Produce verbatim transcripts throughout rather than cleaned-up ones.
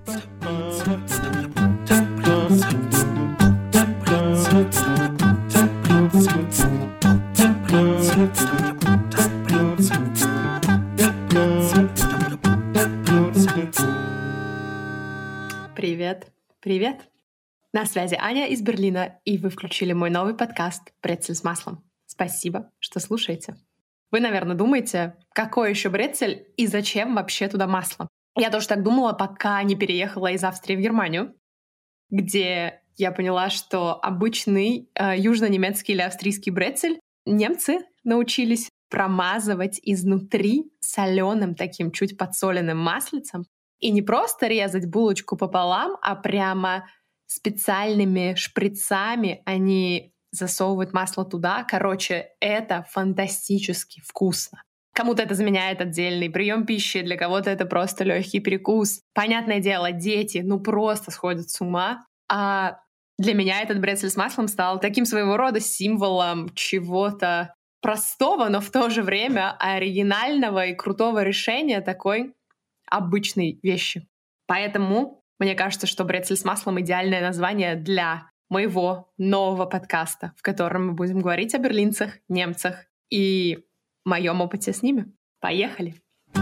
Привет, привет! На связи Аня из Берлина, и вы включили мой новый подкаст «Брецель с маслом». Спасибо, что слушаете. Вы, наверное, думаете, какой еще брецель и зачем вообще туда масло? Я тоже так думала, пока не переехала из Австрии в Германию, где я поняла, что обычный э, южно-немецкий или австрийский брецель немцы научились промазывать изнутри соленым таким чуть подсоленным маслицем и не просто резать булочку пополам, а прямо специальными шприцами они засовывают масло туда. Короче, это фантастически вкусно. Кому-то это заменяет отдельный прием пищи, для кого-то это просто легкий перекус. Понятное дело, дети ну просто сходят с ума. А для меня этот брецель с маслом стал таким своего рода символом чего-то простого, но в то же время оригинального и крутого решения такой обычной вещи. Поэтому мне кажется, что брецель с маслом — идеальное название для моего нового подкаста, в котором мы будем говорить о берлинцах, немцах и моем опыте с ними. Поехали!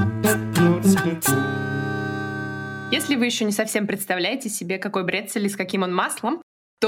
Если вы еще не совсем представляете себе, какой брецель и с каким он маслом,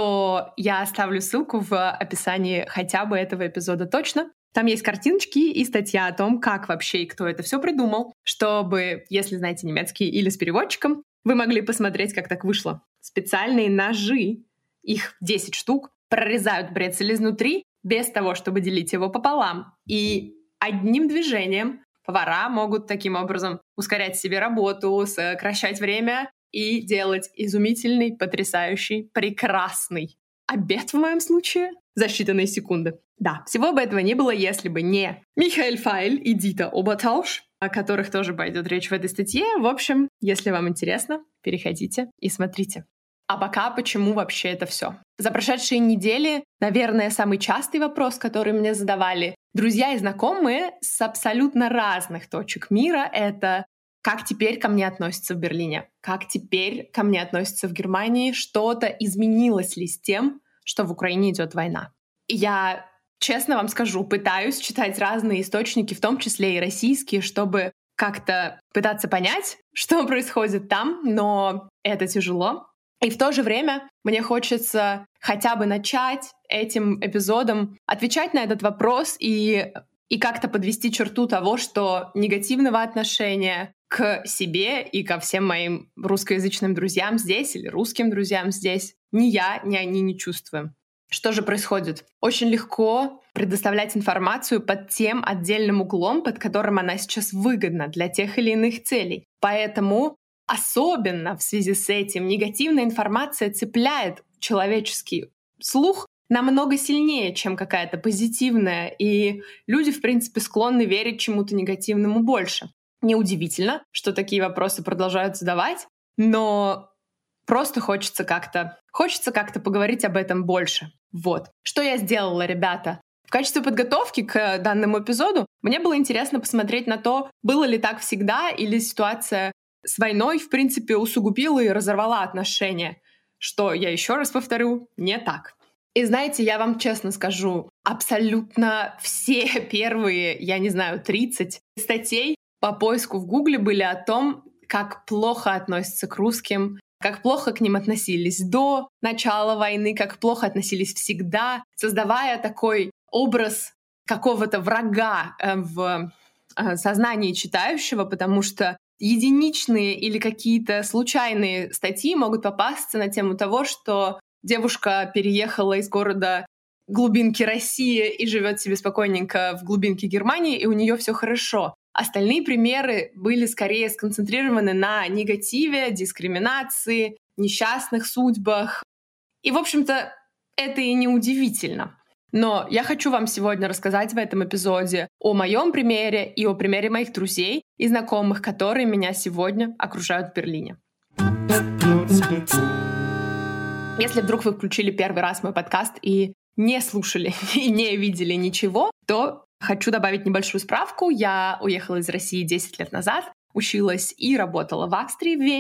то я оставлю ссылку в описании хотя бы этого эпизода точно. Там есть картиночки и статья о том, как вообще и кто это все придумал, чтобы, если знаете немецкий или с переводчиком, вы могли посмотреть, как так вышло. Специальные ножи, их десять штук, прорезают брецель изнутри без того, чтобы делить его пополам. И одним движением повара могут таким образом ускорять себе работу, сокращать время и делать изумительный, потрясающий, прекрасный обед в моем случае за считанные секунды. Да, всего бы этого не было, если бы не Михаэль Файль и Дита Обертауш, о которых тоже пойдет речь в этой статье. В общем, если вам интересно, переходите и смотрите. А пока почему вообще это все? За прошедшие недели, наверное, самый частый вопрос, который мне задавали друзья и знакомые с абсолютно разных точек мира, это как теперь ко мне относятся в Берлине? Как теперь ко мне относятся в Германии? Что-то изменилось ли с тем, что в Украине идет война? И я, честно вам скажу, пытаюсь читать разные источники, в том числе и российские, чтобы как-то пытаться понять, что происходит там, но это тяжело. И в то же время мне хочется хотя бы начать этим эпизодом отвечать на этот вопрос и, и как-то подвести черту того, что негативного отношения к себе и ко всем моим русскоязычным друзьям здесь или русским друзьям здесь ни я, ни они не чувствуем. Что же происходит? Очень легко предоставлять информацию под тем отдельным углом, под которым она сейчас выгодна для тех или иных целей. Поэтому особенно в связи с этим негативная информация цепляет человеческий слух намного сильнее, чем какая-то позитивная, и люди, в принципе, склонны верить чему-то негативному больше. Неудивительно, что такие вопросы продолжают задавать, но просто хочется как-то, хочется как-то поговорить об этом больше. Вот. Что я сделала, ребята? В качестве подготовки к данному эпизоду мне было интересно посмотреть на то, было ли так всегда, или ситуация с войной, в принципе, усугубила и разорвала отношения. Что, я еще раз повторю, не так. И знаете, я вам честно скажу, абсолютно все первые, я не знаю, тридцать статей по поиску в Гугле были о том, как плохо относятся к русским, как плохо к ним относились до начала войны, как плохо относились всегда, создавая такой образ какого-то врага в сознании читающего, потому что единичные или какие-то случайные статьи могут попасться на тему того, что девушка переехала из города глубинки России и живет себе спокойненько в глубинке Германии, и у нее все хорошо. Остальные примеры были скорее сконцентрированы на негативе, дискриминации, несчастных судьбах. И, в общем-то, это и не удивительно. Но я хочу вам сегодня рассказать в этом эпизоде о моем примере и о примере моих друзей и знакомых, которые меня сегодня окружают в Берлине. Если вдруг вы включили первый раз мой подкаст и не слушали и не видели ничего, то хочу добавить небольшую справку. Я уехала из России десять лет назад, училась и работала в Австрии, в Вене.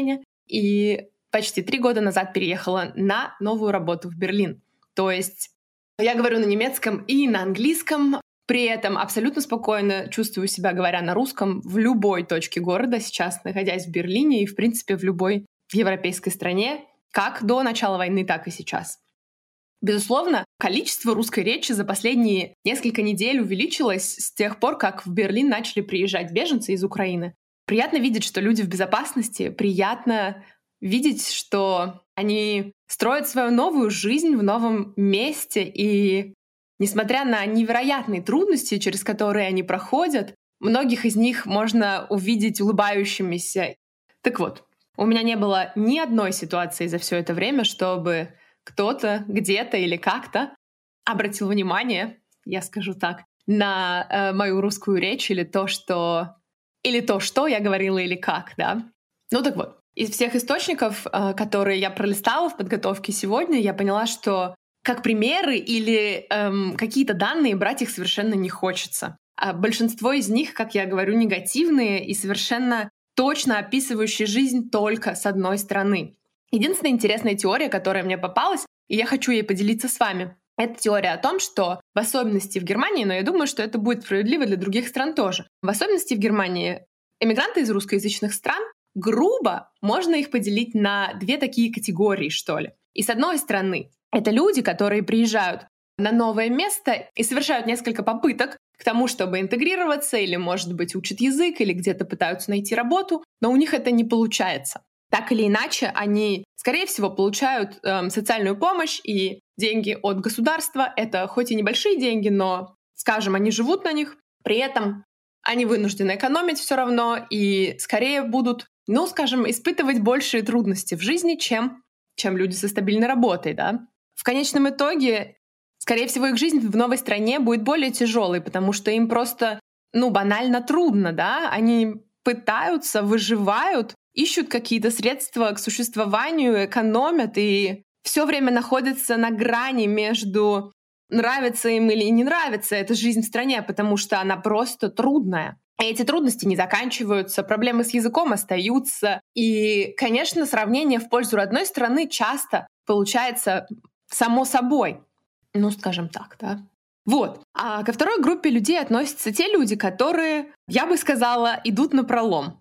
и почти три года назад переехала на новую работу в Берлин. То есть я говорю на немецком и на английском, при этом абсолютно спокойно чувствую себя, говоря на русском, в любой точке города сейчас, находясь в Берлине и, в принципе, в любой европейской стране, как до начала войны, так и сейчас. Безусловно, количество русской речи за последние несколько недель увеличилось с тех пор, как в Берлин начали приезжать беженцы из Украины. Приятно видеть, что люди в безопасности, приятно видеть, что они строят свою новую жизнь в новом месте, и несмотря на невероятные трудности, через которые они проходят, многих из них можно увидеть улыбающимися. Так вот, у меня не было ни одной ситуации за все это время, чтобы кто-то где-то или как-то обратил внимание, я скажу так, на э, мою русскую речь или то, что... или то, что я говорила, или как, да. Ну так вот, из всех источников, э, которые я пролистала в подготовке сегодня, я поняла, что как примеры или эм, какие-то данные брать их совершенно не хочется. А большинство из них, как я говорю, негативные и совершенно точно описывающие жизнь только с одной стороны. Единственная интересная теория, которая мне попалась, и я хочу ей поделиться с вами, это теория о том, что в особенности в Германии, но я думаю, что это будет справедливо для других стран тоже, в особенности в Германии эмигранты из русскоязычных стран, грубо можно их поделить на две такие категории, что ли. И с одной стороны, это люди, которые приезжают на новое место и совершают несколько попыток к тому, чтобы интегрироваться, или, может быть, учат язык, или где-то пытаются найти работу, но у них это не получается. Так или иначе, они, скорее всего, получают э, социальную помощь и деньги от государства. Это хоть и небольшие деньги, но, скажем, они живут на них. При этом они вынуждены экономить все равно и скорее будут, ну, скажем, испытывать большие трудности в жизни, чем, чем люди со стабильной работой, да. В конечном итоге, скорее всего, их жизнь в новой стране будет более тяжелой, потому что им просто, ну, банально трудно, да. Они пытаются, выживают, ищут какие-то средства к существованию, экономят и все время находятся на грани между нравится им или не нравится эта жизнь в стране, потому что она просто трудная. И эти трудности не заканчиваются, проблемы с языком остаются. И, конечно, сравнение в пользу родной страны часто получается само собой. Ну, скажем так, да. Вот. А ко второй группе людей относятся те люди, которые, я бы сказала, идут напролом.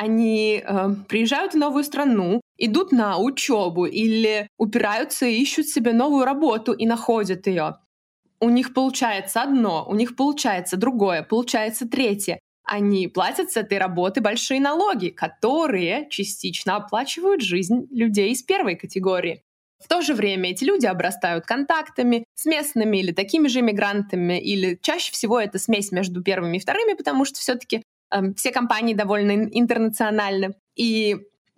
Они э, приезжают в новую страну, идут на учебу или упираются и ищут себе новую работу и находят ее. У них получается одно, у них получается другое, получается третье. Они платят с этой работы большие налоги, которые частично оплачивают жизнь людей из первой категории. В то же время эти люди обрастают контактами с местными или такими же мигрантами, или чаще всего это смесь между первыми и вторыми, потому что все-таки э, все компании довольно интернациональны. И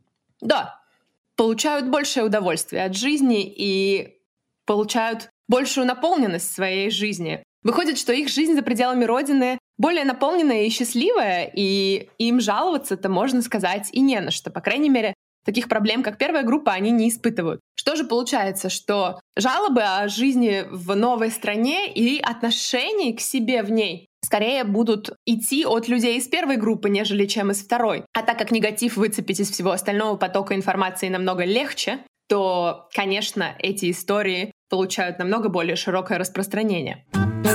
да, получают большее удовольствие от жизни и получают большую наполненность своей жизни. Выходит, что их жизнь за пределами родины более наполненная и счастливая, и им жаловаться-то, можно сказать, и не на что. По крайней мере, таких проблем, как первая группа, они не испытывают. Что же получается? Что жалобы о жизни в новой стране и отношения к себе в ней скорее будут идти от людей из первой группы, нежели чем из второй. А так как негатив выцепить из всего остального потока информации намного легче, то, конечно, эти истории получают намного более широкое распространение.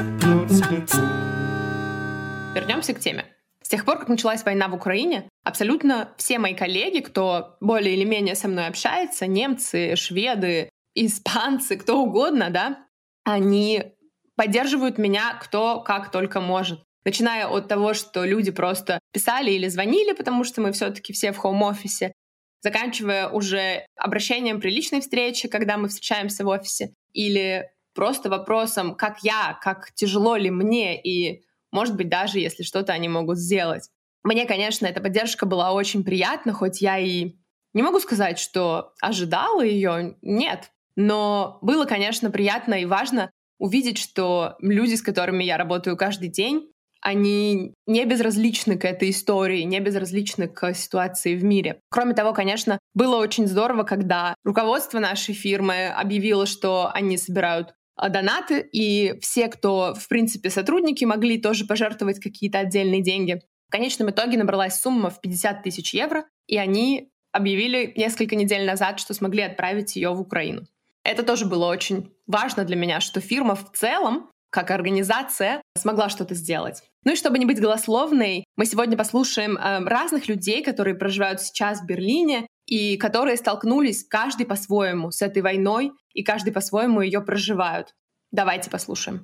Вернемся к теме. С тех пор, как началась война в Украине, абсолютно все мои коллеги, кто более или менее со мной общается, немцы, шведы, испанцы, кто угодно, да, они поддерживают меня кто как только может. Начиная от того, что люди просто писали или звонили, потому что мы все-таки все в хоум-офисе, заканчивая уже обращением при личной встрече, когда мы встречаемся в офисе, или просто вопросом, как я, как тяжело ли мне, и, может быть, даже если что-то они могут сделать. Мне, конечно, эта поддержка была очень приятна, хоть я и не могу сказать, что ожидала ее, нет. Но было, конечно, приятно и важно увидеть, что люди, с которыми я работаю каждый день, они не безразличны к этой истории, не безразличны к ситуации в мире. Кроме того, конечно, было очень здорово, когда руководство нашей фирмы объявило, что они собирают донаты, и все, кто, в принципе, сотрудники, могли тоже пожертвовать какие-то отдельные деньги. В конечном итоге набралась сумма в пятьдесят тысяч евро, и они объявили несколько недель назад, что смогли отправить ее в Украину. Это тоже было очень важно для меня, что фирма в целом, как организация, смогла что-то сделать. Ну и чтобы не быть голословной, мы сегодня послушаем э, разных людей, которые проживают сейчас в Берлине и которые столкнулись каждый по-своему с этой войной, и каждый по-своему ее проживают. Давайте послушаем.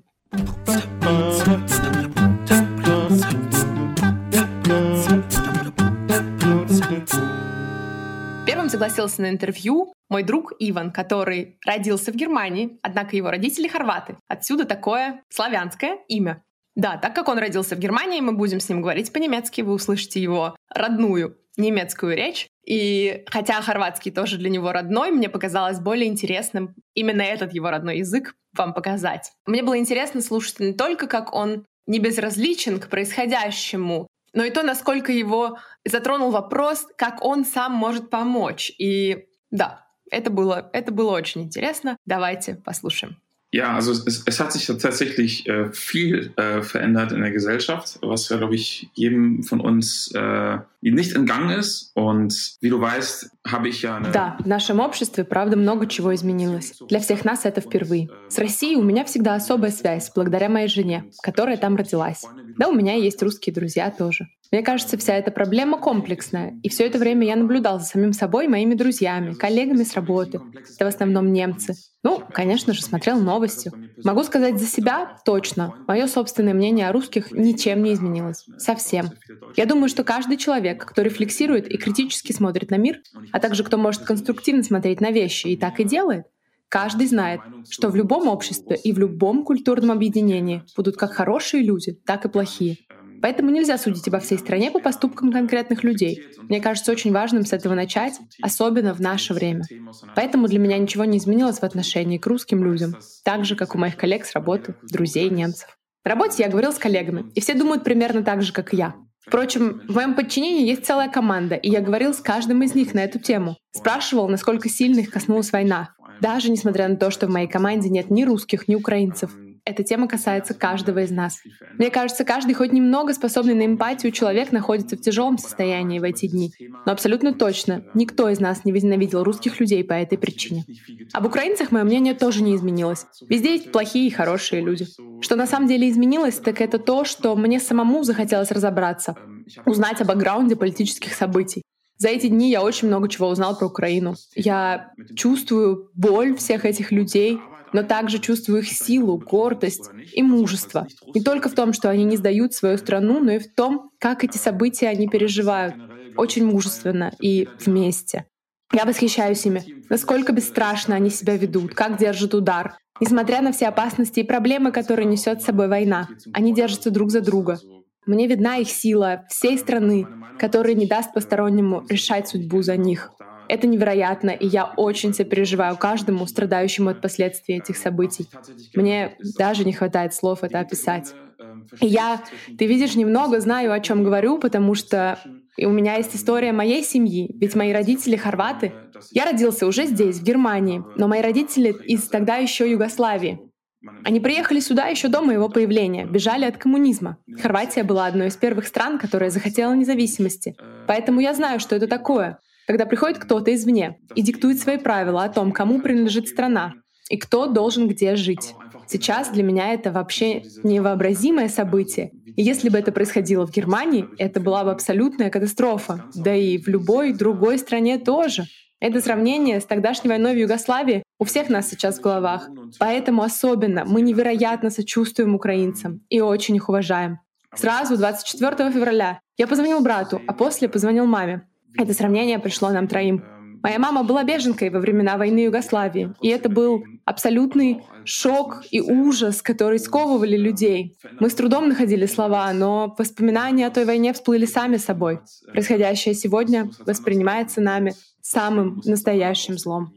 Первым согласился на интервью мой друг Иван, который родился в Германии, однако его родители хорваты. Отсюда такое славянское имя. Да, так как он родился в Германии, мы будем с ним говорить по-немецки, вы услышите его родную немецкую речь. И хотя хорватский тоже для него родной, мне показалось более интересным именно этот его родной язык вам показать. Мне было интересно слушать не только, как он не безразличен к происходящему, но и то, насколько его затронул вопрос, как он сам может помочь. И да, это было, это было очень интересно. Давайте послушаем. Ja, also es, es hat sich tatsächlich äh, viel äh, verändert in der Gesellschaft, was, glaube ich, jedem von uns äh, nicht entgangen ist. Und wie du weißt, habe ich ja eine... Да, в нашем обществе, правда, много чего изменилось. Для всех нас это впервые. С Россией у меня всегда особая связь, благодаря моей жене, которая там родилась. Да, у меня есть русские друзья тоже. Мне кажется, вся эта проблема комплексная, и все это время я наблюдал за самим собой и моими друзьями, коллегами с работы. Это в основном немцы. Ну, конечно же, смотрел новости. Могу сказать за себя точно. Мое собственное мнение о русских ничем не изменилось. Совсем. Я думаю, что каждый человек, кто рефлексирует и критически смотрит на мир, а также кто может конструктивно смотреть на вещи и так и делает, каждый знает, что в любом обществе и в любом культурном объединении будут как хорошие люди, так и плохие. Поэтому нельзя судить обо всей стране по поступкам конкретных людей. Мне кажется очень важным с этого начать, особенно в наше время. Поэтому для меня ничего не изменилось в отношении к русским людям, так же, как у моих коллег с работы, друзей немцев. На работе я говорил с коллегами, и все думают примерно так же, как и я. Впрочем, в моем подчинении есть целая команда, и я говорил с каждым из них на эту тему. Спрашивал, насколько сильно их коснулась война. Даже несмотря на то, что в моей команде нет ни русских, ни украинцев. Эта тема касается каждого из нас. Мне кажется, каждый хоть немного способный на эмпатию человек находится в тяжелом состоянии в эти дни. Но абсолютно точно, никто из нас не возненавидел русских людей по этой причине. Об украинцах мое мнение тоже не изменилось. Везде есть плохие и хорошие люди. Что на самом деле изменилось, так это то, что мне самому захотелось разобраться, узнать о бэкграунде политических событий. За эти дни я очень много чего узнал про Украину. Я чувствую боль всех этих людей, но также чувствую их силу, гордость и мужество. Не только в том, что они не сдают свою страну, но и в том, как эти события они переживают. Очень мужественно и вместе. Я восхищаюсь ими. Насколько бесстрашно они себя ведут, как держат удар. Несмотря на все опасности и проблемы, которые несет с собой война, они держатся друг за друга. Мне видна их сила всей страны, которая не даст постороннему решать судьбу за них. Это невероятно, и я очень сопереживаю каждому, страдающему от последствий этих событий. Мне даже не хватает слов это описать. И я, ты видишь, немного знаю, о чем говорю, потому что и у меня есть история моей семьи, ведь мои родители хорваты. Я родился уже здесь, в Германии, но мои родители из тогда еще Югославии. Они приехали сюда еще до моего появления, бежали от коммунизма. Хорватия была одной из первых стран, которая захотела независимости. Поэтому я знаю, что это такое, когда приходит кто-то извне и диктует свои правила о том, кому принадлежит страна и кто должен где жить. Сейчас для меня это вообще невообразимое событие. И если бы это происходило в Германии, это была бы абсолютная катастрофа. Да и в любой другой стране тоже. Это сравнение с тогдашней войной в Югославии у всех нас сейчас в головах. Поэтому особенно мы невероятно сочувствуем украинцам и очень их уважаем. Сразу двадцать четвёртого февраля я позвонил брату, а после позвонил маме. Это сравнение пришло нам троим. Моя мама была беженкой во времена войны в Югославии, и это был абсолютный шок и ужас, которые сковывали людей. Мы с трудом находили слова, но воспоминания о той войне всплыли сами собой. Происходящее сегодня воспринимается нами самым настоящим злом.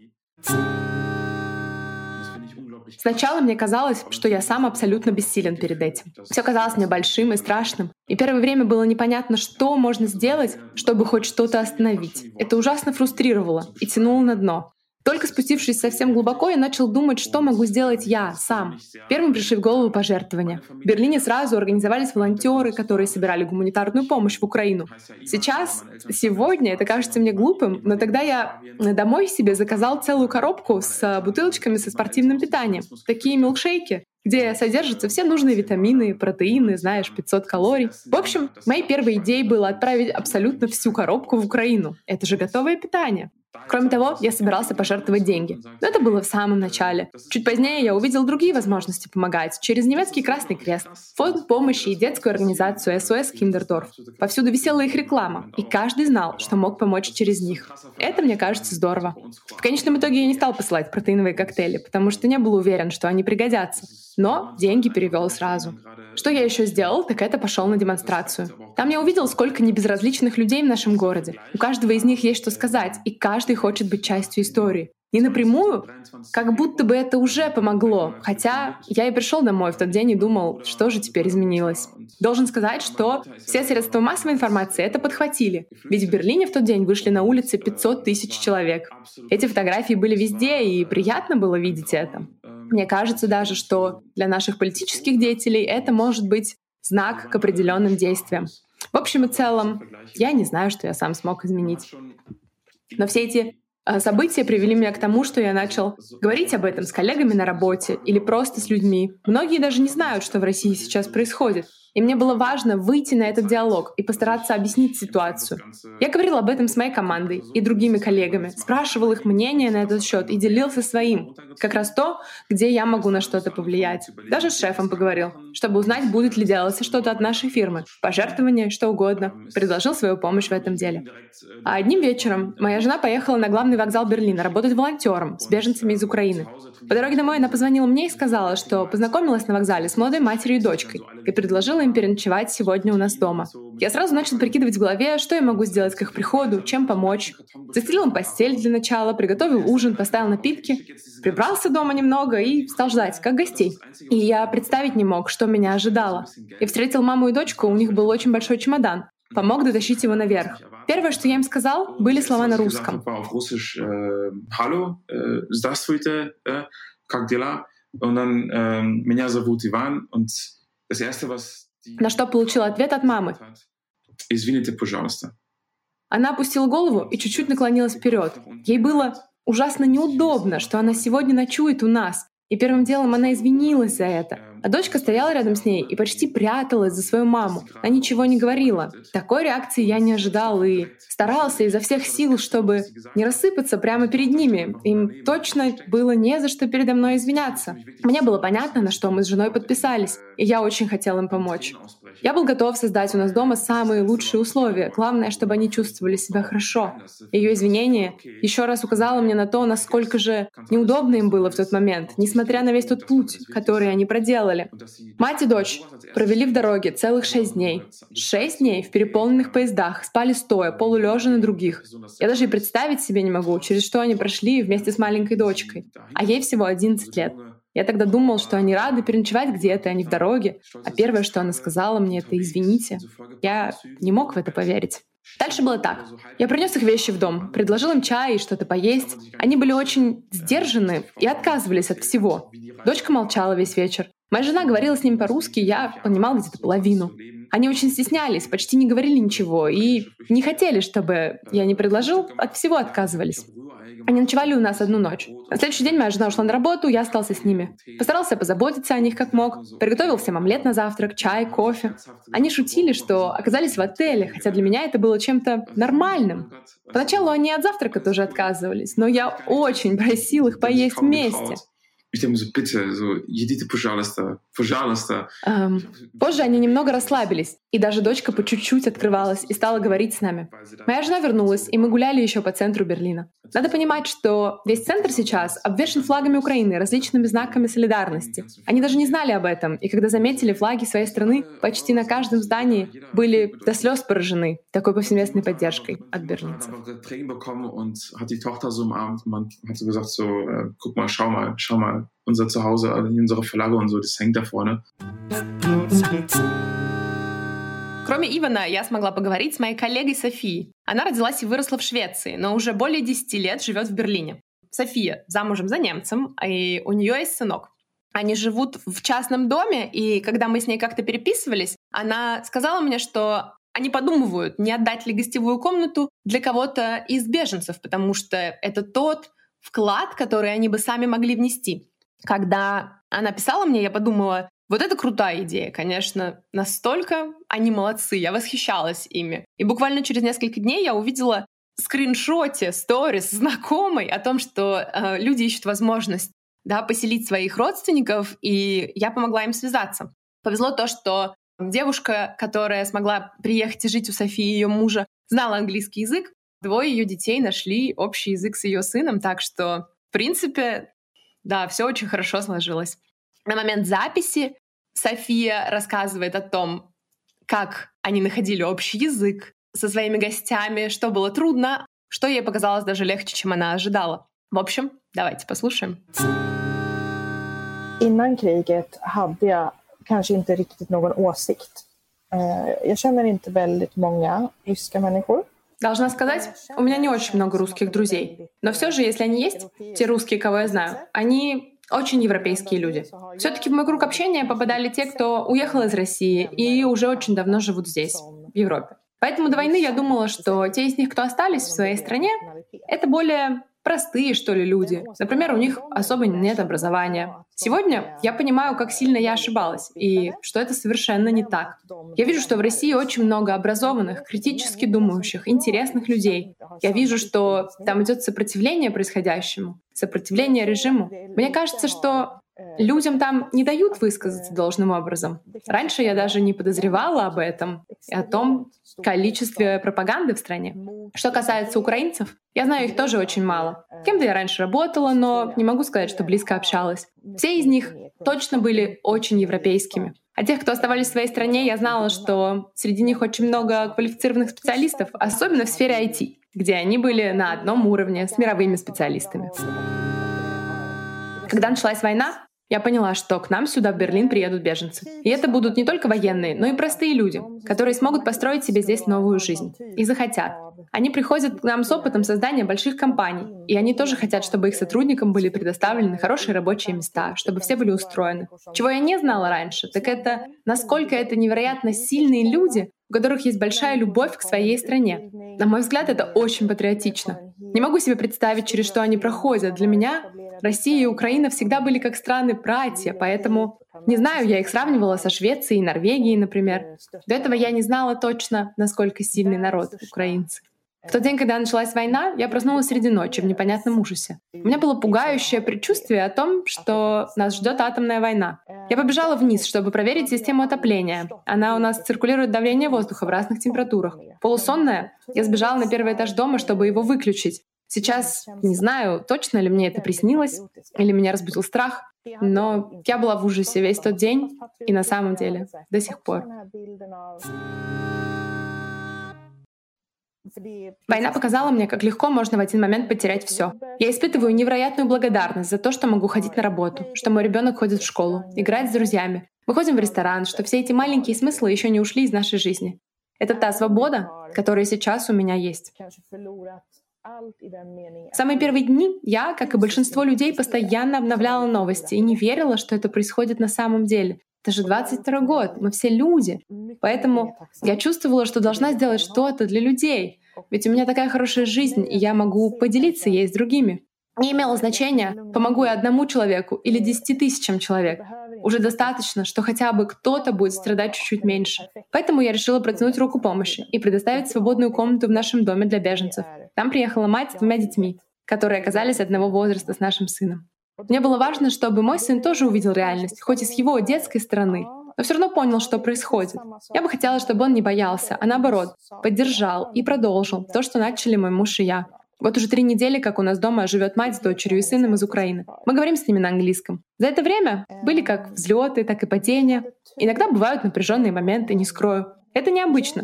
Сначала мне казалось, что я сам абсолютно бессилен перед этим. Все казалось мне большим и страшным. И первое время было непонятно, что можно сделать, чтобы хоть что-то остановить. Это ужасно фрустрировало и тянуло на дно. В Только спустившись совсем глубоко, я начал думать, что могу сделать я сам. Первым пришли в голову пожертвования. В Берлине сразу организовались волонтеры, которые собирали гуманитарную помощь в Украину. Сейчас, сегодня, это кажется мне глупым, но тогда я домой себе заказал целую коробку с бутылочками со спортивным питанием. Такие милкшейки, где содержатся все нужные витамины, протеины, знаешь, пятьсот калорий. В общем, моей первой идеей было отправить абсолютно всю коробку в Украину. Это же готовое питание. Кроме того, я собирался пожертвовать деньги. Но это было в самом начале. Чуть позднее я увидел другие возможности помогать через немецкий Красный Крест, фонд помощи и детскую организацию эс о эс Kinderdorf. Повсюду висела их реклама, и каждый знал, что мог помочь через них. Это, мне кажется, здорово. В конечном итоге я не стал посылать протеиновые коктейли, потому что не был уверен, что они пригодятся. Но деньги перевел сразу. Что я еще сделал, так это пошел на демонстрацию. Там я увидел, сколько небезразличных людей в нашем городе. У каждого из них есть что сказать, и каждый хочет быть частью истории. Не напрямую, как будто бы это уже помогло. Хотя я и пришел домой в тот день и думал, что же теперь изменилось. Должен сказать, что все средства массовой информации это подхватили. Ведь в Берлине в тот день вышли на улицы пятьсот тысяч человек. Эти фотографии были везде, и приятно было видеть это. Мне кажется даже, что для наших политических деятелей это может быть знак к определенным действиям. В общем и целом, я не знаю, что я сам смог изменить. Но все эти события привели меня к тому, что я начал говорить об этом с коллегами на работе или просто с людьми. Многие даже не знают, что в России сейчас происходит. И мне было важно выйти на этот диалог и постараться объяснить ситуацию. Я говорил об этом с моей командой и другими коллегами, спрашивал их мнение на этот счет и делился своим. Как раз то, где я могу на что-то повлиять. Даже с шефом поговорил, чтобы узнать, будет ли делаться что-то от нашей фирмы. Пожертвования, что угодно. Предложил свою помощь в этом деле. А одним вечером моя жена поехала на главный вокзал Берлина работать волонтером с беженцами из Украины. По дороге домой она позвонила мне и сказала, что познакомилась на вокзале с молодой матерью и дочкой и предложила им переночевать сегодня у нас дома. Я сразу начал прикидывать в голове, что я могу сделать к их приходу, чем помочь. Застелил им постель для начала, приготовил ужин, поставил напитки, прибрался дома немного и стал ждать, как гостей. И я представить не мог, что меня ожидало. Я встретил маму и дочку, у них был очень большой чемодан. Помог дотащить его наверх. Первое, что я им сказал, были слова на русском. «Hallo, здравствуйте, как дела?» Und dann, «Меня зовут Иван». Und das erste, was На что получил ответ от мамы. «Извините, пожалуйста». Она опустила голову и чуть-чуть наклонилась вперед. Ей было ужасно неудобно, что она сегодня ночует у нас. И первым делом она извинилась за это. А дочка стояла рядом с ней и почти пряталась за свою маму. Она ничего не говорила. Такой реакции я не ожидал и старался изо всех сил, чтобы не рассыпаться прямо перед ними. Им точно было не за что передо мной извиняться. Мне было понятно, на что мы с женой подписались, и я очень хотел им помочь. Я был готов создать у нас дома самые лучшие условия. Главное, чтобы они чувствовали себя хорошо. Ее извинение еще раз указало мне на то, насколько же неудобно им было в тот момент, несмотря на весь тот путь, который они проделали. Мать и дочь провели в дороге целых шесть дней. Шесть дней в переполненных поездах, спали стоя, полулежа на других. Я даже и представить себе не могу, через что они прошли вместе с маленькой дочкой. А ей всего одиннадцать лет. Я тогда думал, что они рады переночевать где-то, а не в дороге. А первое, что она сказала мне, это «извините». Я не мог в это поверить. Дальше было так. Я принес их вещи в дом, предложил им чай и что-то поесть. Они были очень сдержаны и отказывались от всего. Дочка молчала весь вечер. Моя жена говорила с ними по-русски, я понимал где-то половину. Они очень стеснялись, почти не говорили ничего и не хотели, чтобы я не предложил, от всего отказывались. Они ночевали у нас одну ночь. На следующий день моя жена ушла на работу, я остался с ними. Постарался позаботиться о них как мог. Приготовил всем омлет на завтрак, чай, кофе. Они шутили, что оказались в отеле, хотя для меня это было чем-то нормальным. Поначалу они от завтрака тоже отказывались, но я очень просил их поесть вместе. Ich denke so, bitte, so, едите, пожалуйста, пожалуйста. Эм, позже они немного расслабились, и даже дочка по чуть-чуть открывалась и стала говорить с нами. Моя жена вернулась, и мы гуляли еще по центру Берлина. Надо понимать, что весь центр сейчас обвешан флагами Украины, различными знаками солидарности. Они даже не знали об этом, и когда заметили флаги своей страны, почти на каждом здании были до слез поражены такой повсеместной поддержкой от берлинцев. Unser Zuhause, unsere Flagge und so, das hängt da vorne. Кроме Ивана, я смогла поговорить с моей коллегой Софией. Она родилась и выросла в Швеции, но уже более десяти лет живет в Берлине. София замужем за немцем, и у нее есть сынок. Они живут в частном доме, и когда мы с ней как-то переписывались, она сказала мне, что они подумывают, не отдать ли гостевую комнату для кого-то из беженцев, потому что это тот вклад, который они бы сами могли внести. Когда она писала мне, я подумала, вот это крутая идея, конечно, настолько они молодцы, я восхищалась ими. И буквально через несколько дней я увидела скриншоте, сторис знакомой о том, что э, люди ищут возможность, да, поселить своих родственников, и я помогла им связаться. Повезло то, что девушка, которая смогла приехать и жить у Софии и ее мужа, знала английский язык. Двое ее детей нашли общий язык с ее сыном, так что, в принципе, да, все очень хорошо сложилось. На момент записи София рассказывает о том, как они находили общий язык со своими гостями, что было трудно, что ей показалось даже легче, чем она ожидала. В общем, давайте послушаем. Innan kriget hade jag kanske inte riktigt någon åsikt. Jag känner inte väldigt många ryska människor. Должна сказать, у меня не очень много русских друзей. Но все же, если они есть, те русские, кого я знаю, они очень европейские люди. Все-таки в мой круг общения попадали те, кто уехал из России и уже очень давно живут здесь, в Европе. Поэтому до войны я думала, что те из них, кто остались в своей стране, это более простые, что ли, люди. Например, у них особо нет образования. Сегодня я понимаю, как сильно я ошибалась, и что это совершенно не так. Я вижу, что в России очень много образованных, критически думающих, интересных людей. Я вижу, что там идет сопротивление происходящему, сопротивление режиму. Мне кажется, что людям там не дают высказаться должным образом. Раньше я даже не подозревала об этом и о том количестве пропаганды в стране. Что касается украинцев, я знаю их тоже очень мало. Кем-то я раньше работала, но не могу сказать, что близко общалась. Все из них точно были очень европейскими. А тех, кто оставались в своей стране, я знала, что среди них очень много квалифицированных специалистов, особенно в сфере ай ти, где они были на одном уровне с мировыми специалистами. Когда началась война, я поняла, что к нам сюда, в Берлин, приедут беженцы. И это будут не только военные, но и простые люди, которые смогут построить себе здесь новую жизнь. И захотят. Они приходят к нам с опытом создания больших компаний, и они тоже хотят, чтобы их сотрудникам были предоставлены хорошие рабочие места, чтобы все были устроены. Чего я не знала раньше, так это насколько это невероятно сильные люди, у которых есть большая любовь к своей стране. На мой взгляд, это очень патриотично. Не могу себе представить, через что они проходят. Для меня Россия и Украина всегда были как страны-братья, поэтому, не знаю, я их сравнивала со Швецией и Норвегией, например. До этого я не знала точно, насколько сильный народ украинцы. В тот день, когда началась война, я проснулась среди ночи в непонятном ужасе. У меня было пугающее предчувствие о том, что нас ждет атомная война. Я побежала вниз, чтобы проверить систему отопления. Она у нас циркулирует давление воздуха в разных температурах. Полусонная, я сбежала на первый этаж дома, чтобы его выключить. Сейчас не знаю, точно ли мне это приснилось, или меня разбудил страх, но я была в ужасе весь тот день и на самом деле до сих пор. Война показала мне, как легко можно в один момент потерять все. Я испытываю невероятную благодарность за то, что могу ходить на работу, что мой ребенок ходит в школу, играет с друзьями. Мы ходим в ресторан, что все эти маленькие смыслы еще не ушли из нашей жизни. Это та свобода, которая сейчас у меня есть. В самые первые дни я, как и большинство людей, постоянно обновляла новости и не верила, что это происходит на самом деле. Это же двадцать второй год, мы все люди. Поэтому я чувствовала, что должна сделать что-то для людей. Ведь у меня такая хорошая жизнь, и я могу поделиться ей с другими. Не имело значения, помогу я одному человеку или десяти тысячам человек. Уже достаточно, что хотя бы кто-то будет страдать чуть-чуть меньше. Поэтому я решила протянуть руку помощи и предоставить свободную комнату в нашем доме для беженцев. Там приехала мать с двумя детьми, которые оказались одного возраста с нашим сыном. Мне было важно, чтобы мой сын тоже увидел реальность, хоть и с его детской стороны, но все равно понял, что происходит. Я бы хотела, чтобы он не боялся, а наоборот, поддержал и продолжил то, что начали мой муж и я. Вот уже три недели, как у нас дома живет мать с дочерью и сыном из Украины. Мы говорим с ними на английском. За это время были как взлеты, так и падения. Иногда бывают напряженные моменты, не скрою. Это необычно.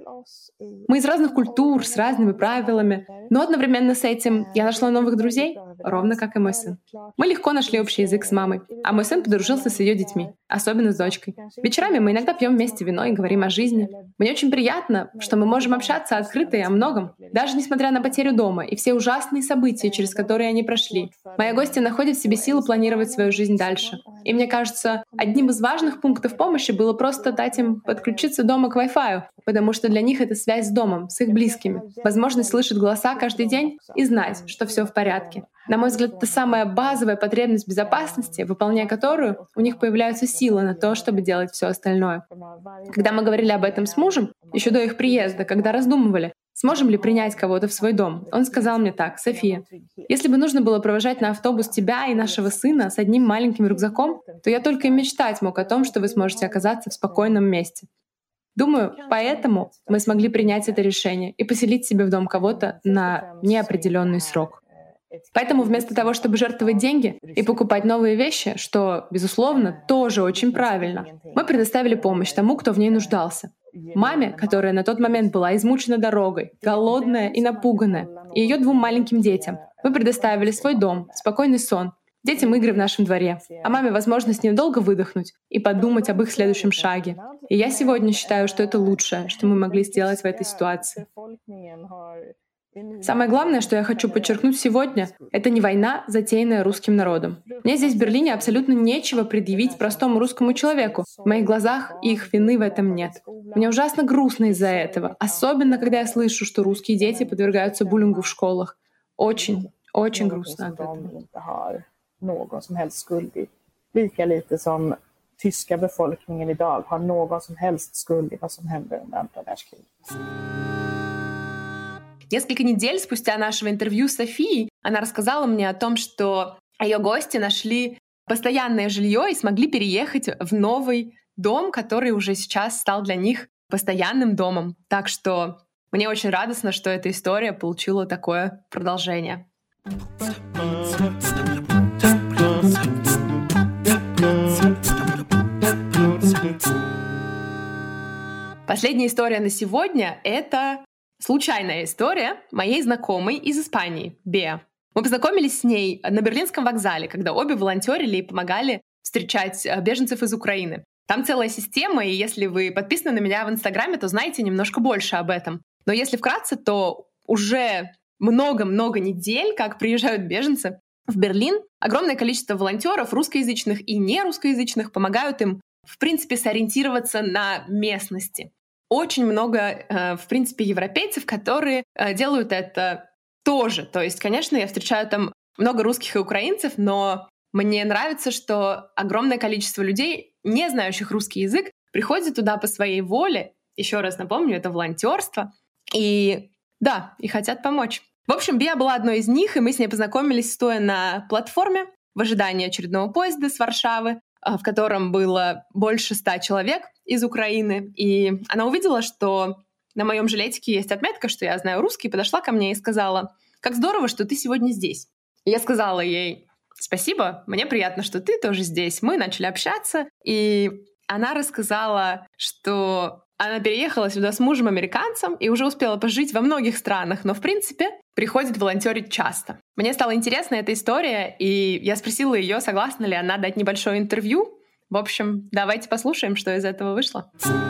Мы из разных культур, с разными правилами. Но одновременно с этим я нашла новых друзей. ровно как и мой сын. Мы легко нашли общий язык с мамой, а мой сын подружился с ее детьми, особенно с дочкой. Вечерами мы иногда пьем вместе вино и говорим о жизни. Мне очень приятно, что мы можем общаться открыто и о многом, даже несмотря на потерю дома и все ужасные события, через которые они прошли. Моя гостья находит в себе силы планировать свою жизнь дальше. И мне кажется, одним из важных пунктов помощи было просто дать им подключиться дома к Wi-Fi, потому что для них это связь с домом, с их близкими, возможность слышать голоса каждый день и знать, что все в порядке. На мой взгляд, это самая базовая потребность безопасности, выполняя которую у них появляются силы на то, чтобы делать все остальное. Когда мы говорили об этом с мужем, еще до их приезда, когда раздумывали, сможем ли принять кого-то в свой дом, он сказал мне так: «София, если бы нужно было провожать на автобус тебя и нашего сына с одним маленьким рюкзаком, то я только и мечтать мог о том, что вы сможете оказаться в спокойном месте». Думаю, поэтому мы смогли принять это решение и поселить себе в дом кого-то на неопределенный срок. Поэтому вместо того, чтобы жертвовать деньги и покупать новые вещи, что, безусловно, тоже очень правильно, мы предоставили помощь тому, кто в ней нуждался. Маме, которая на тот момент была измучена дорогой, голодная и напуганная, и ее двум маленьким детям, мы предоставили свой дом, спокойный сон, детям игры в нашем дворе, а маме возможность недолго выдохнуть и подумать об их следующем шаге. И я сегодня считаю, что это лучшее, что мы могли сделать в этой ситуации. Самое главное, что я хочу подчеркнуть сегодня, это не война, затеянная русским народом. Мне здесь, в Берлине, абсолютно нечего предъявить простому русскому человеку. В моих глазах их вины в этом нет. Мне ужасно грустно из-за этого, особенно когда я слышу, что русские дети подвергаются буллингу в школах. Очень, очень грустно от этого. Någon som helst skuld i. Lika lite som tyska befolkningen idag har någon som helst skuld i vad som hände under andra världskriget. Несколько недель спустя нашего интервью с Софией она рассказала мне о том, что ее гости нашли постоянное жилье и смогли переехать в новый дом, который уже сейчас стал для них постоянным домом. Так что мне очень радостно, что эта история получила такое продолжение. Последняя история на сегодня — это случайная история моей знакомой из Испании, Беа. Мы познакомились с ней на Берлинском вокзале, когда обе волонтерили и помогали встречать беженцев из Украины. Там целая система, и если вы подписаны на меня в Инстаграме, то знаете немножко больше об этом. Но если вкратце, то уже много-много недель, как приезжают беженцы в Берлин, огромное количество волонтеров, русскоязычных и нерусскоязычных, помогают им, в принципе, сориентироваться на местности. Очень много, э, в принципе, европейцев, которые э, делают это тоже. То есть, конечно, я встречаю там много русских и украинцев, но мне нравится, что огромное количество людей, не знающих русский язык, приходят туда по своей воле. Еще раз напомню, это волонтерство. И да, и хотят помочь. В общем, Беа была одной из них, и мы с ней познакомились, стоя на платформе в ожидании очередного поезда с Варшавы, в котором было больше ста человек из Украины. И она увидела, что на моем жилетике есть отметка, что я знаю русский, подошла ко мне и сказала: «Как здорово, что ты сегодня здесь». И я сказала ей: «Спасибо, мне приятно, что ты тоже здесь». Мы начали общаться, и она рассказала, что она переехала сюда с мужем-американцем и уже успела пожить во многих странах, но, в принципе, приходит волонтерить часто. Мне стала интересна эта история, и я спросила ее, согласна ли она дать небольшое интервью. В общем, давайте послушаем, что из этого вышло.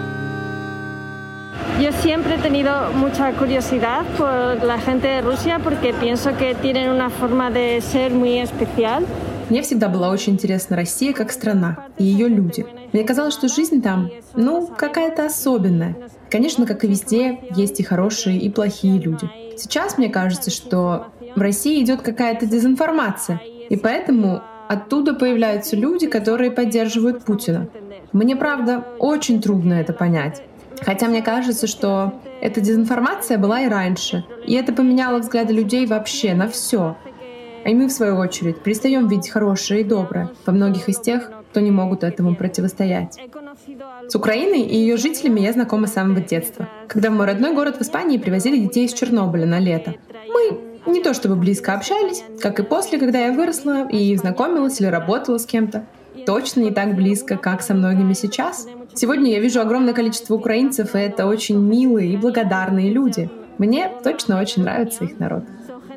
Yo siempre he tenido mucha curiosidad por la gente de Rusia porque pienso que tienen una forma de ser muy especial. Мне всегда была очень интересна Россия как страна и ее люди. Мне казалось, что жизнь там, ну, какая-то особенная. Конечно, как и везде, есть и хорошие, и плохие люди. Сейчас мне кажется, что в России идет какая-то дезинформация, и поэтому оттуда появляются люди, которые поддерживают Путина. Мне, правда, очень трудно это понять. Хотя мне кажется, что эта дезинформация была и раньше, и это поменяло взгляды людей вообще на все. И мы, в свою очередь, перестаем видеть хорошее и доброе во многих из тех, кто не могут этому противостоять. С Украиной и ее жителями я знакома с самого детства. Когда в мой родной город в Испании привозили детей из Чернобыля на лето. Мы не то чтобы близко общались, как и после, когда я выросла и знакомилась или работала с кем-то. Точно не так близко, как со многими сейчас. Сегодня я вижу огромное количество украинцев, и это очень милые и благодарные люди. Мне точно очень нравится их народ.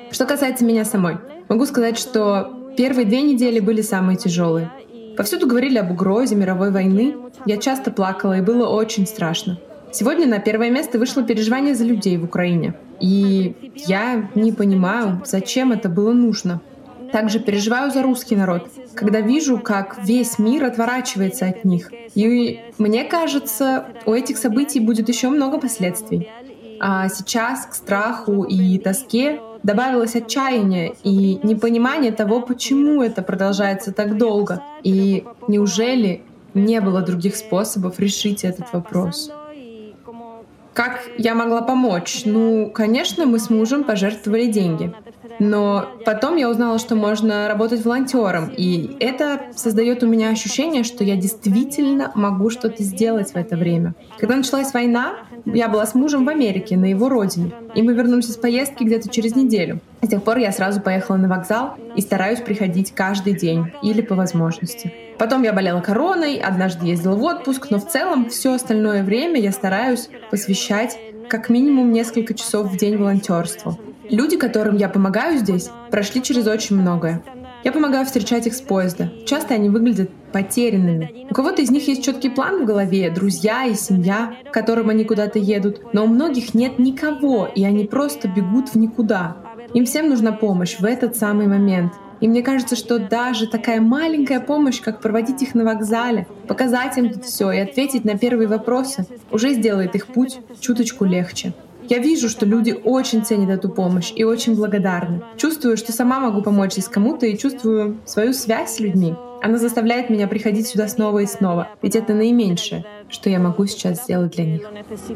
Что касается меня самой, могу сказать, что первые две недели были самые тяжелые. Повсюду говорили об угрозе мировой войны. Я часто плакала, и было очень страшно. Сегодня на первое место вышло переживание за людей в Украине. И я не понимаю, зачем это было нужно. Также переживаю за русский народ, когда вижу, как весь мир отворачивается от них. И мне кажется, у этих событий будет еще много последствий. А сейчас к страху и тоске добавилось отчаяние и непонимание того, почему это продолжается так долго. И неужели не было других способов решить этот вопрос? Как я могла помочь? Ну, конечно, мы с мужем пожертвовали деньги. Но потом я узнала, что можно работать волонтером, и это создает у меня ощущение, что я действительно могу что-то сделать в это время. Когда началась война, я была с мужем в Америке, на его родине, и мы вернулись с поездки где-то через неделю. С тех пор я сразу поехала на вокзал и стараюсь приходить каждый день или по возможности. Потом я болела короной, однажды ездила в отпуск, но в целом все остальное время я стараюсь посвящать как минимум несколько часов в день волонтерству. Люди, которым я помогаю здесь, прошли через очень многое. Я помогаю встречать их с поезда. Часто они выглядят потерянными. У кого-то из них есть четкий план в голове, друзья и семья, к которым они куда-то едут, но у многих нет никого, и они просто бегут в никуда. Им всем нужна помощь в этот самый момент. И мне кажется, что даже такая маленькая помощь, как проводить их на вокзале, показать им тут все и ответить на первые вопросы, уже сделает их путь чуточку легче. Я вижу, что люди очень ценят эту помощь и очень благодарны. Чувствую, что сама могу помочь здесь кому-то, и чувствую свою связь с людьми. Она заставляет меня приходить сюда снова и снова, ведь это наименьшее, что я могу сейчас сделать для них.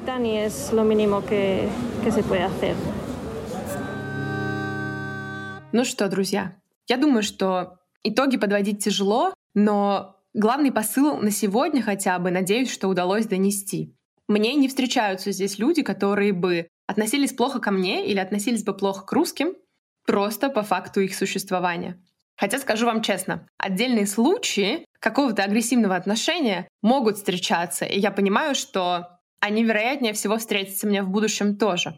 Ну что, друзья, я думаю, что итоги подводить тяжело, но главный посыл на сегодня хотя бы, надеюсь, что удалось донести. Мне не встречаются здесь люди, которые бы относились плохо ко мне или относились бы плохо к русским просто по факту их существования. Хотя, скажу вам честно, отдельные случаи какого-то агрессивного отношения могут встречаться, и я понимаю, что они, вероятнее всего, встретятся мне в будущем тоже.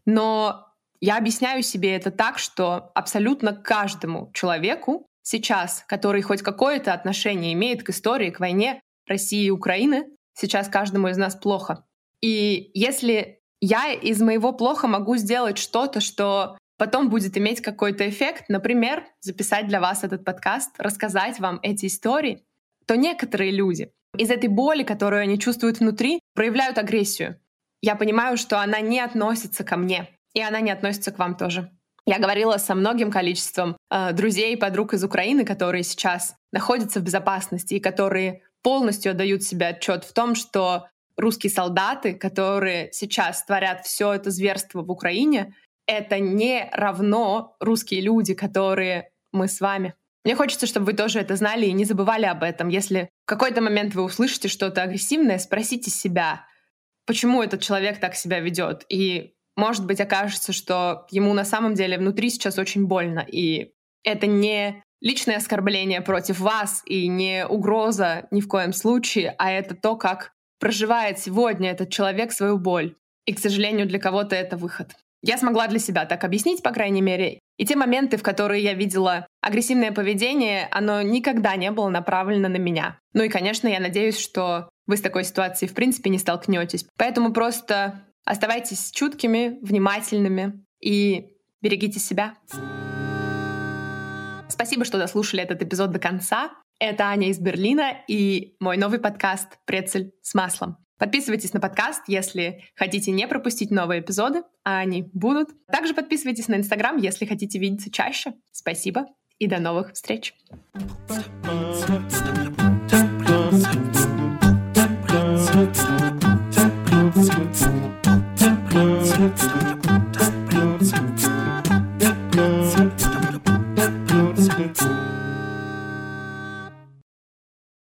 Но я объясняю себе это так, что абсолютно каждому человеку сейчас, который хоть какое-то отношение имеет к истории, к войне России и Украины, сейчас каждому из нас плохо. И если я из моего плохо могу сделать что-то, что потом будет иметь какой-то эффект, например, записать для вас этот подкаст, рассказать вам эти истории, то некоторые люди из этой боли, которую они чувствуют внутри, проявляют агрессию. Я понимаю, что она не относится ко мне, и она не относится к вам тоже. Я говорила со многим количеством э, друзей и подруг из Украины, которые сейчас находятся в безопасности и которые полностью отдают себе отчет в том, что русские солдаты, которые сейчас творят все это зверство в Украине, это не равно русские люди, которые мы с вами. Мне хочется, чтобы вы тоже это знали и не забывали об этом. Если в какой-то момент вы услышите что-то агрессивное, спросите себя, почему этот человек так себя ведет. И, может быть, окажется, что ему на самом деле внутри сейчас очень больно. И это не личное оскорбление против вас и не угроза ни в коем случае, а это то, как проживает сегодня этот человек свою боль. И, к сожалению, для кого-то это выход. Я смогла для себя так объяснить, по крайней мере. И те моменты, в которые я видела агрессивное поведение, оно никогда не было направлено на меня. Ну и, конечно, я надеюсь, что вы с такой ситуацией в принципе не столкнетесь. Поэтому просто оставайтесь чуткими, внимательными и берегите себя. Спасибо, что дослушали этот эпизод до конца. Это Аня из Берлина и мой новый подкаст «Прецель с маслом». Подписывайтесь на подкаст, если хотите не пропустить новые эпизоды, а они будут. Также подписывайтесь на Инстаграм, если хотите видеться чаще. Спасибо и до новых встреч. Thank you.